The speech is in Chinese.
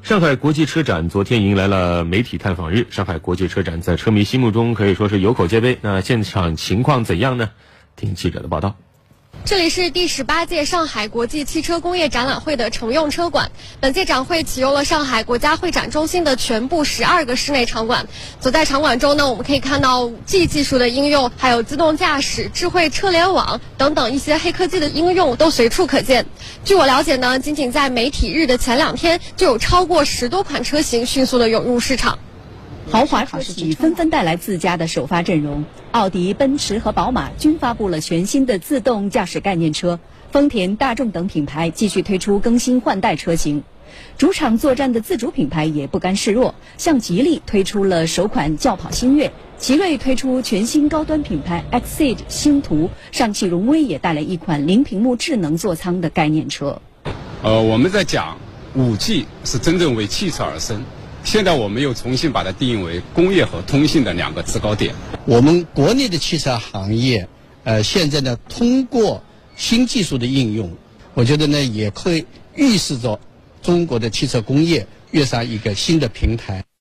上海国际车展昨天迎来了媒体探访日。上海国际车展在车迷心目中可以说是有口皆碑。那现场情况怎样呢？听记者的报道。 这里是第18届上海国际汽车工业展览会的乘用车馆。本届展会启用了上海国家会展中心的全部12个室内场馆。走在场馆中呢，我们可以看到 5G 技术的应用，还有自动驾驶、智慧车联网等等一些黑科技的应用都随处可见。据我了解呢，仅仅在媒体日的前2天，就有超过10多款车型迅速的涌入市场。 豪华车企纷纷带来自家的首发阵容，奥迪、奔驰和宝马均发布了全新的自动驾驶概念车，丰田、大众等品牌继续推出更新换代车型。主场作战的自主品牌也不甘示弱，像吉利推出了首款轿跑星越，奇瑞推出全新高端品牌 Exceed 星途，上汽荣威也带来一款零屏幕智能座舱的概念车。 我们在讲 5G 是真正为汽车而生。现在我们又重新把它定义为工业和通信的2个制高点。 我们国内的汽车行业，现在呢，通过新技术的应用，我觉得呢，也会预示着中国的汽车工业跃上一个新的平台。